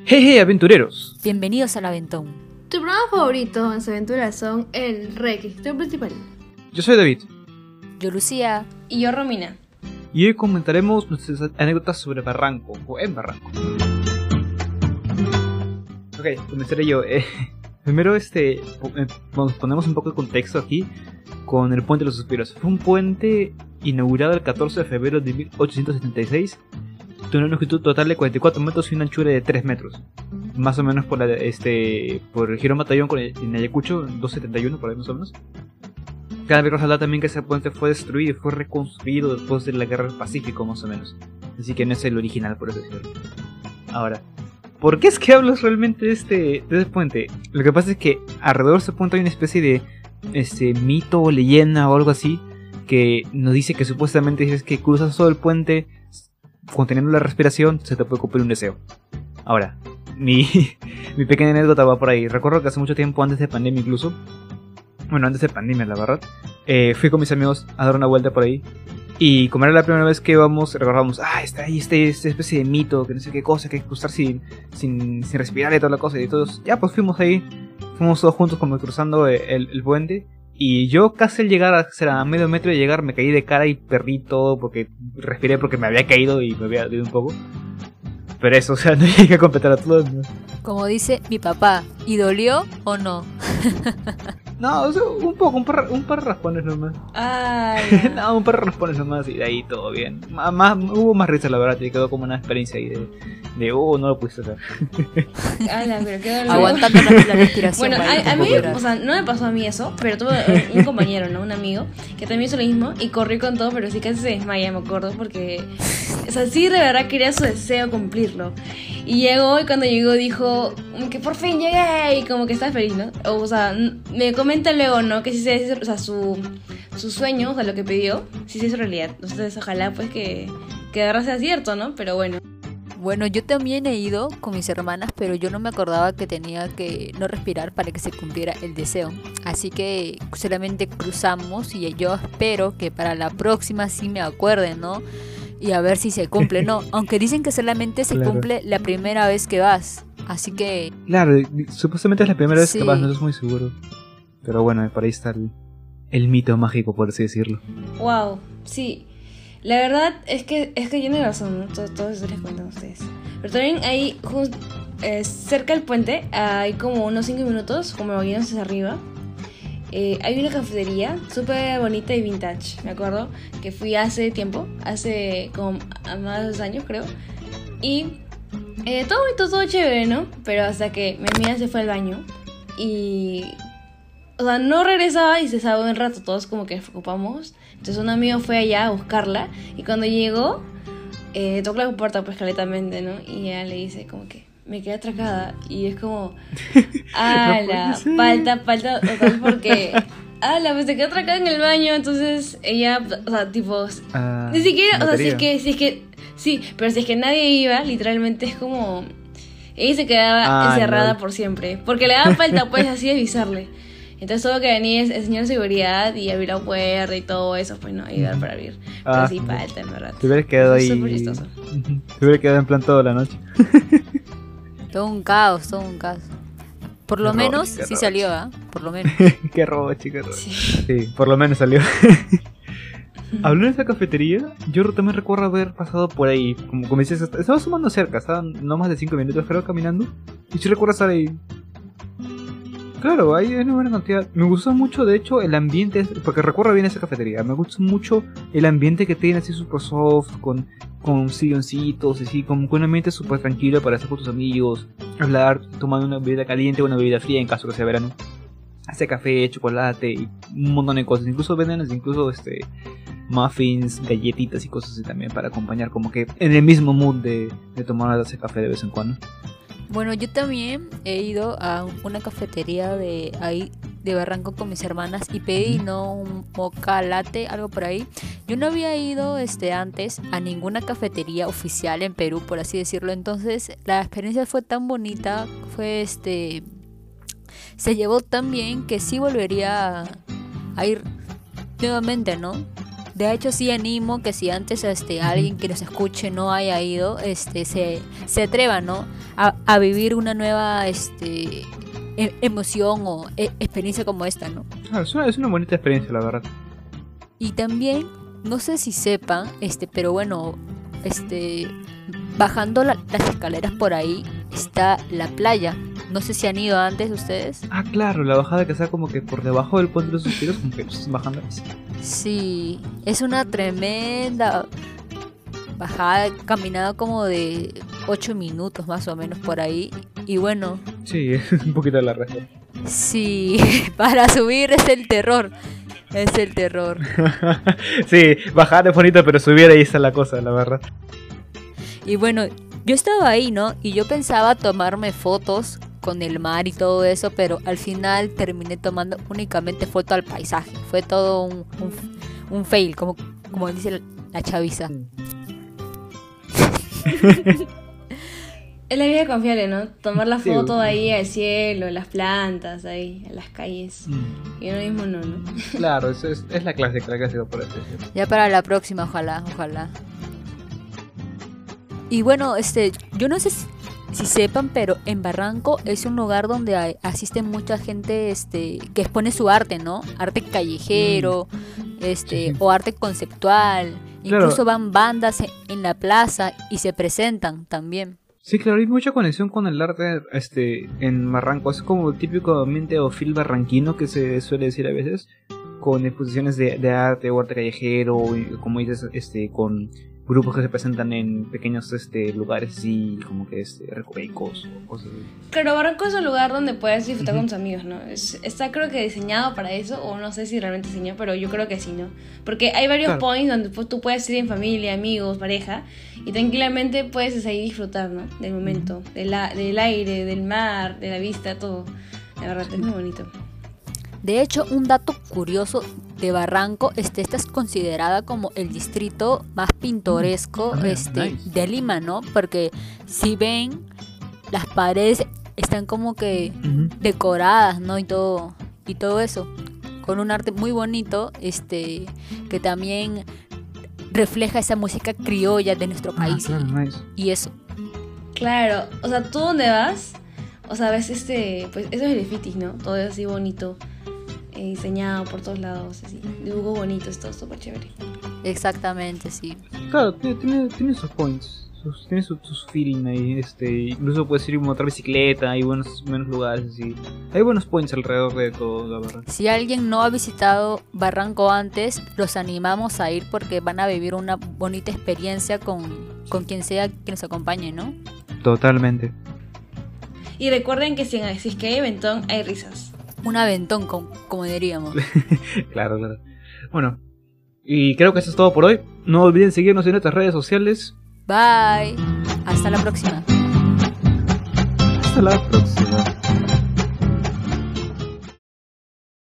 Jeje, aventureros. Bienvenidos al Aventón. Tu programa favorito en su aventura son el requisito principal. Yo soy David. Yo Lucía. Y yo Romina. Y hoy comentaremos nuestras anécdotas sobre Barranco, o en Barranco. Ok, comenzaré yo. Primero ponemos un poco de contexto aquí con el Puente de los Suspiros. Fue un puente inaugurado el 14 de febrero de 1876. Tiene una longitud total de 44 metros y una anchura de 3 metros. Más o menos por el Girón Batallón en Ayacucho, 271 por ahí más o menos. Cabe resaltar también que ese puente fue destruido y fue reconstruido después de la Guerra del Pacífico más o menos. Así que no es el original, por eso decirlo. Ahora, ¿por qué es que hablo realmente de ese puente? Lo que pasa es que alrededor de ese puente hay una especie de mito o leyenda o algo así que nos dice que supuestamente si es que cruzas todo el puente conteniendo la respiración, se te puede cumplir un deseo. Ahora, mi pequeña anécdota va por ahí. Recuerdo que hace mucho tiempo, antes de pandemia incluso, bueno, antes de pandemia la verdad, fui con mis amigos a dar una vuelta por ahí. Y como era la primera vez que íbamos, recordamos, está ahí esta especie de mito, que no sé qué cosa, que hay que cruzar sin respirar y toda la cosa. Y todos, ya pues fuimos todos juntos como cruzando el puente. Y yo casi al llegar a medio metro de llegar me caí de cara y perdí todo porque respiré porque me había caído y me había dolido un poco. Pero eso, o sea, no llegué a completar a todo. ¿No? Como dice mi papá, ¿y dolió o no? No, o sea, un poco, un par de raspones nomás. No, un par de raspones nomás y de ahí todo bien. Hubo más risa la verdad, y quedó como una experiencia ahí no lo pudiste hacer. Pero qué dolor. Aguantando la respiración. Bueno, a mí, o sea, no me pasó a mí eso, pero tuve un compañero, ¿no? Un amigo, que también hizo lo mismo y corrió con todo, pero sí casi se desmaya, me acuerdo, porque, o sea, sí de verdad quería su deseo cumplirlo. Y llegó, y cuando llegó dijo que por fin llegué, y como que estaba feliz, ¿no? O sea, me comenta luego, ¿no? Que sí se hizo, o sea, su sueño, o sea, lo que pidió, sí se hizo realidad. Entonces, ojalá pues que de verdad sea cierto, ¿no? Pero bueno. Bueno, yo también he ido con mis hermanas, pero yo no me acordaba que tenía que no respirar para que se cumpliera el deseo. Así que solamente cruzamos y yo espero que para la próxima sí me acuerde, ¿no? Y a ver si se cumple, ¿no? Aunque dicen que solamente se cumple la primera vez que vas. Así que... Claro, supuestamente es la primera vez que vas, no estoy muy seguro. Pero bueno, por ahí está el mito mágico, por así decirlo. Wow, sí. La verdad es que tiene razón, ¿no? Todo eso les cuentan a ustedes. Pero también ahí, cerca del puente, hay como unos 5 minutos, como moviéndose hacia arriba. Hay una cafetería súper bonita y vintage, me acuerdo, que fui hace tiempo, hace como más de 2 años creo. Y todo bonito, todo chévere, ¿no? Pero hasta que mi amiga se fue al baño y... O sea, no regresaba y se sabe un rato, todos como que nos preocupamos. Entonces un amigo fue allá a buscarla y cuando llegó, tocó la puerta pues caletamente, ¿no? Y ella le dice como que me quedé atracada y es como, falta total porque, pues se quedó atracada en el baño, entonces ella, o sea, tipo, ni siquiera, o sea, si es que, sí, pero si es que nadie iba, literalmente es como, ella se quedaba encerrada por siempre, porque le daba falta pues así avisarle. Entonces tuvo que venir el señor de seguridad y abrir la puerta y todo eso, pues no, ayudar para abrir. Pero sí, falta, en verdad. Te hubieras quedado ahí. Súper chistoso. Te hubieras quedado en plan toda la noche. Todo un caos. Por lo menos sí salió, Por lo menos. Qué robo, chica. Sí, por lo menos salió. Hablando de esa cafetería, yo también recuerdo haber pasado por ahí. Como dices, estaba sumando cerca, estaban no más de 5 minutos creo caminando. Y sí recuerdo estar ahí. Claro, hay una buena cantidad. Me gustó mucho, de hecho, el ambiente, porque recuerdo bien esa cafetería. Me gustó mucho el ambiente que tiene, así super soft, con silloncitos, así, con un ambiente súper tranquilo para estar con tus amigos, hablar, tomando una bebida caliente o una bebida fría en caso que sea verano. Hace café, chocolate y un montón de cosas. Incluso venden, muffins, galletitas y cosas así también para acompañar, como que en el mismo mood de tomar ese café de vez en cuando. Bueno, yo también he ido a una cafetería de ahí de Barranco con mis hermanas y pedí un mocha latte, algo por ahí. Yo no había ido antes a ninguna cafetería oficial en Perú, por así decirlo. Entonces la experiencia fue tan bonita, se llevó tan bien que sí volvería a ir nuevamente, ¿no? De hecho sí animo que si antes alguien que nos escuche no haya ido, se atreva, ¿no? A vivir una nueva emoción o experiencia como esta, ¿no? Ah, es una bonita experiencia, la verdad. Y también, no sé si sepan, pero bueno, bajando las escaleras por ahí está la playa. No sé si han ido antes ustedes. Ah, claro, la bajada que está como que por debajo del puente de los suspiros, como que bajando. Sí, es una tremenda bajada, caminada como de 8 minutos más o menos por ahí. Y bueno, Sí, es un poquito larga. sí, para subir es el terror. Es el terror. Sí, bajar es bonito, pero subir ahí está la cosa, la verdad. Y bueno, yo estaba ahí, ¿no? Y yo pensaba tomarme fotos con el mar y todo eso, pero al final terminé tomando únicamente foto al paisaje. Fue todo un fail, como dice la chaviza. Es la vida confiable, ¿no? Tomar la Sí, foto ahí al cielo, las plantas, ahí, en las calles. Y uno mismo no, ¿no? Claro, es la clásica por así decirlo. Ya para la próxima, ojalá. Y bueno, yo no sé si sepan, pero en Barranco es un lugar donde asiste mucha gente que expone su arte, ¿no? Arte callejero, Sí. o arte conceptual. Claro. Incluso van bandas en la plaza y se presentan también. Sí, claro, hay mucha conexión con el arte en Barranco. Es como el típico ambiente o feel barranquino que se suele decir a veces, con exposiciones de arte o arte callejero, y, como dices, con grupos que se presentan en pequeños lugares así, como que recovecos o cosas así. Claro, Barranco es un lugar donde puedes disfrutar Ujú. con tus amigos, ¿no? Está creo que diseñado para eso, o no sé si realmente diseñado, pero yo creo que sí, ¿no? Porque hay varios Claro. points donde tú puedes ir en familia, amigos, pareja, y tranquilamente puedes ahí disfrutar, ¿no? Del momento, del aire, del mar, de la vista, todo. La verdad, es muy bonito. De hecho, un dato curioso de Barranco, esta es considerada como el distrito más pintoresco Nice. de Lima, ¿no? Porque si ven, las paredes están como que decoradas, ¿no? Y todo eso, con un arte muy bonito, que también refleja esa música criolla de nuestro país. Claro, nice. Y eso. Claro, o sea, tú donde vas, o sea, ves pues esos grafitis, ¿no? Todo es así bonito, diseñado por todos lados, así, dibujos bonitos, todo súper chévere. Exactamente, sí. Claro, tiene sus points, tiene su feeling ahí, incluso puedes ir a montar bicicleta, hay buenos lugares así. Hay buenos points alrededor de todo, la verdad. Si alguien no ha visitado Barranco antes, los animamos a ir porque van a vivir una bonita experiencia con quien sea que nos acompañe, ¿no? Totalmente. Y recuerden que si es que hay eventón, hay risas. Un aventón, como diríamos. Claro. Bueno, y creo que eso es todo por hoy. No olviden seguirnos en nuestras redes sociales. Bye. Hasta la próxima. Hasta la próxima.